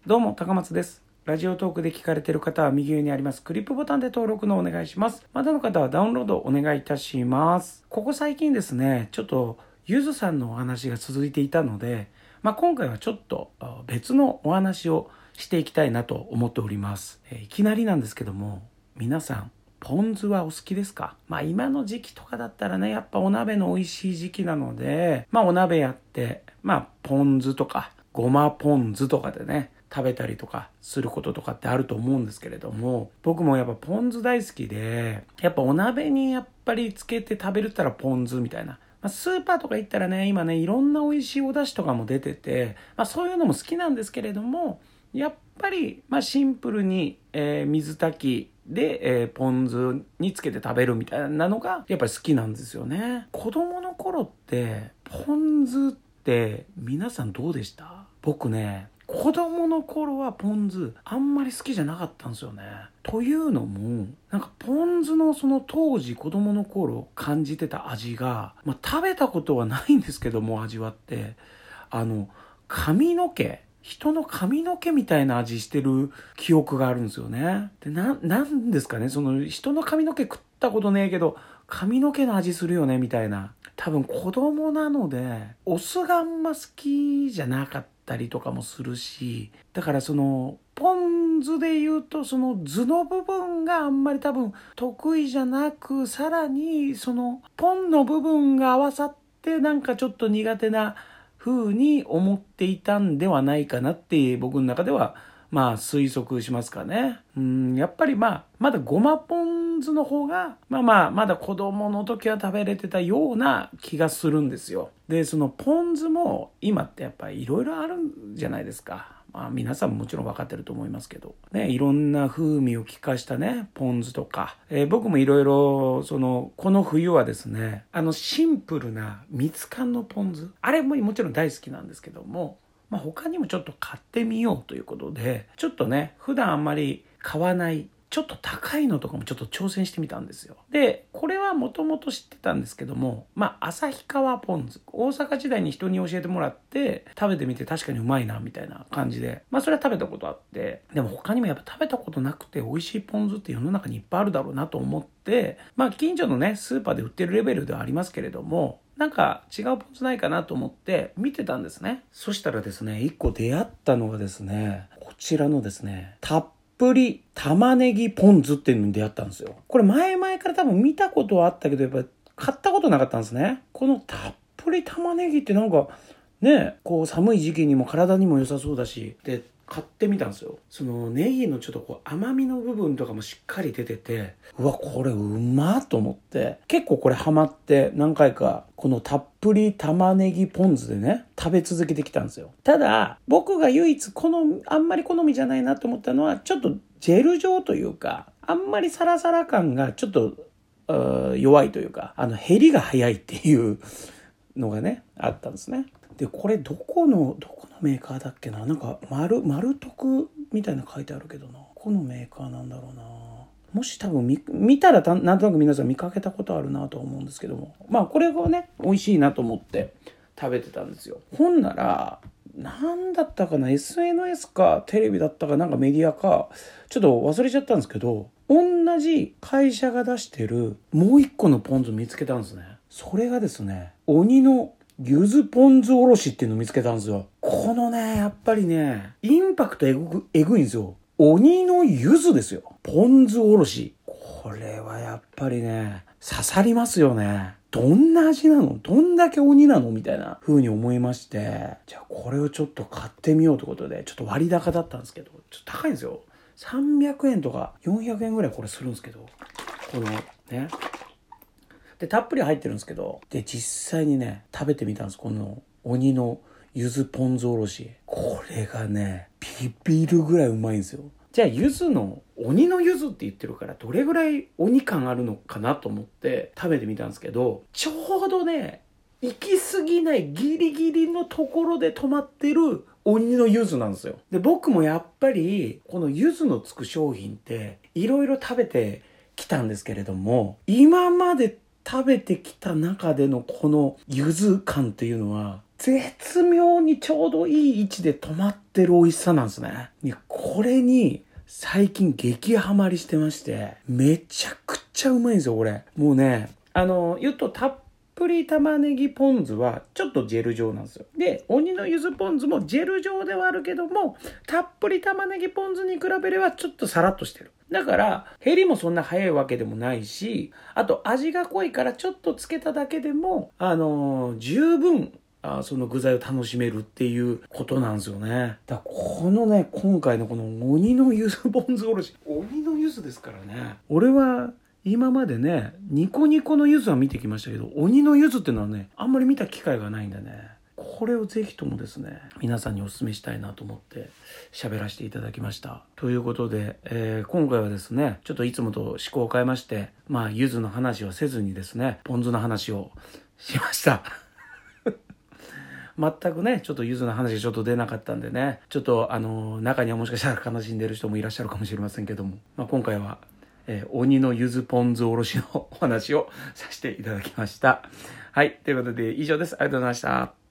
どうも高松です。ラジオトークで聞かれている方は右上にありますクリップボタンで登録のお願いします。まだの方はダウンロードお願いいたします。ここ最近ですね、ちょっとゆずさんのお話が続いていたので、今回はちょっと別のお話をしていきたいなと思っております。いきなりなんですけども、皆さんポン酢はお好きですか？今の時期とかだったらね、やっぱお鍋の美味しい時期なので、お鍋やって、ポン酢とかごまポン酢とかでね、食べたりとかすることとかってあると思うんですけれども、僕もやっぱポン酢大好きで、やっぱお鍋にやっぱりつけて食べるったらポン酢みたいな。スーパーとか行ったらね、今ね、いろんな美味しいお出汁とかも出てて、そういうのも好きなんですけれども、やっぱりシンプルに、水炊きで、ポン酢につけて食べるみたいなのがやっぱり好きなんですよね。子供の頃ってポン酢って皆さんどうでした？僕ね、子供の頃はポン酢あんまり好きじゃなかったんですよね。というのも、ポン酢のその当時子供の頃感じてた味が、食べたことはないんですけども、味わって、髪の毛、人の髪の毛みたいな味してる記憶があるんですよね。で、なんですかね、その人の髪の毛食ったことねえけど、髪の毛の味するよねみたいな。多分子供なので、お酢があんま好きじゃなかったりとかもするし、だからその、ポン酢で言うと、その図の部分があんまり多分得意じゃなく、さらにその、ポンの部分が合わさって、ちょっと苦手な風に思っていたんではないかなって僕の中では推測しますかね。やっぱりまだごまポン酢の方がまだ子供の時は食べれてたような気がするんですよ。で、そのポン酢も今ってやっぱりいろいろあるんじゃないですか。皆さんももちろん分かってると思いますけどね、いろんな風味を効かしたねポン酢とか、僕もいろいろこの冬はですね、シンプルな蜜柑のポン酢、あれももちろん大好きなんですけども、他にもちょっと買ってみようということで、ちょっとね、普段あんまり買わないちょっと高いのとかもちょっと挑戦してみたんですよ。で、これはもともと知ってたんですけども、旭川ポン酢、大阪時代に人に教えてもらって食べてみて確かにうまいなみたいな感じで、それは食べたことあって、でも他にもやっぱ食べたことなくて美味しいポン酢って世の中にいっぱいあるだろうなと思って、近所のねスーパーで売ってるレベルではありますけれども、違うポン酢ないかなと思って見てたんですね。そしたらですね、一個出会ったのがですね、こちらのですね、たっぷり玉ねぎポン酢っていうのに出会ったんですよ。これ前々から多分見たことはあったけど、やっぱり買ったことなかったんですね。このたっぷり玉ねぎってね、こう寒い時期にも体にも良さそうだし、で、買ってみたんですよ。そのネギのちょっとこう甘みの部分とかもしっかり出てて、うわ、これうまっと思って、結構これハマって何回かこのたっぷり玉ねぎポン酢でね、食べ続けてきたんですよ。ただ、僕が唯一あんまり好みじゃないなと思ったのは、ちょっとジェル状というか、あんまりサラサラ感がちょっと弱いというか、減りが早いっていうのがね、あったんですね。で、これどこのメーカーだっけな、丸徳みたいな書いてあるけどな、このメーカーなんだろうな。もし多分見たらなんとなく皆さん見かけたことあるなと思うんですけども、これがね美味しいなと思って食べてたんですよ。ほんならなんだったかな、 SNS かテレビだったかメディアかちょっと忘れちゃったんですけど、同じ会社が出してるもう一個のポン酢見つけたんですね。それがですね、鬼の柚子ポン酢おろしっていうのを見つけたんですよ。このね、やっぱりね、インパクトえぐいんですよ。鬼の柚子ですよ。ポン酢おろし。これはやっぱりね、刺さりますよね。どんな味なの？どんだけ鬼なの？みたいな風に思いまして、じゃあこれをちょっと買ってみようということで、ちょっと割高だったんですけど、ちょっと高いんですよ。300円とか400円ぐらいこれするんですけど、このね、でたっぷり入ってるんですけど、で実際にね食べてみたんです。この鬼の柚子ポン酢おろし、これがねビビるぐらいうまいんですよ。じゃあ鬼の柚子って言ってるからどれぐらい鬼感あるのかなと思って食べてみたんですけど、ちょうどね行き過ぎないギリギリのところで止まってる鬼の柚子なんですよ。で僕もやっぱりこの柚子のつく商品っていろいろ食べてきたんですけれども、今まで食べてきた中でのこの柚子感っていうのは絶妙にちょうどいい位置で止まってる美味しさなんですね。これに最近激ハマりしてまして、めちゃくちゃうまいんですよ、これ。もうね、言うとたっぷり玉ねぎポン酢はちょっとジェル状なんですよ。で、鬼の柚子ポン酢もジェル状ではあるけども、たっぷり玉ねぎポン酢に比べればちょっとサラッとしてる。だから、減りもそんな早いわけでもないし、あと味が濃いからちょっとつけただけでも、十分、その具材を楽しめるっていうことなんですよね。だからこのね、今回のこの鬼の柚子ポン酢おろし、鬼の柚子ですからね。俺は今までね、ニコニコの柚子は見てきましたけど、鬼の柚子っていうのはね、あんまり見た機会がないんでね。これをぜひともですね、皆さんにお勧めしたいなと思って喋らせていただきました。ということで、今回はですね、ちょっといつもと思考を変えまして、柚子の話をせずにですね、ポン酢の話をしました。全くね、ちょっと柚子の話がちょっと出なかったんでね、ちょっと中にはもしかしたら悲しんでる人もいらっしゃるかもしれませんけども、今回は、鬼の柚子ポン酢おろしのお話をさせていただきました。はい、ということで以上です。ありがとうございました。